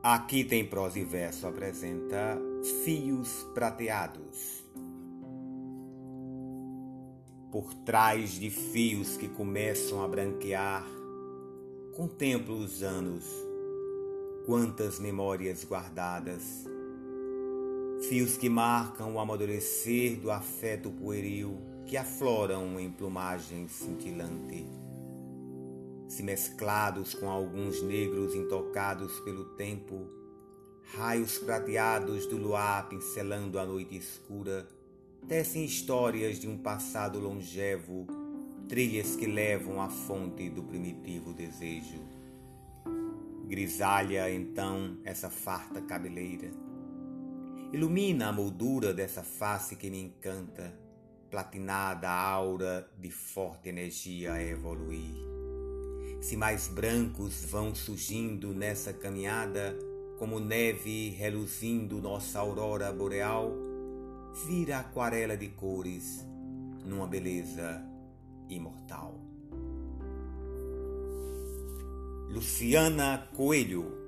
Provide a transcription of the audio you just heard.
Aqui tem prosa e verso apresenta Fios Prateados. Por trás de fios que começam a branquear, contemplo os anos, quantas memórias guardadas. Fios que marcam o amadurecer do afeto pueril que afloram em plumagem cintilante. Se mesclados com alguns negros intocados pelo tempo, raios prateados do luar pincelando a noite escura, tecem histórias de um passado longevo, trilhas que levam à fonte do primitivo desejo. Grisalha então essa farta cabeleira, ilumina a moldura dessa face que me encanta, platinada a aura de forte energia a evoluir. Se mais brancos vão surgindo nessa caminhada, como neve reluzindo nossa aurora boreal, vira aquarela de cores numa beleza imortal. Luciana Coelho.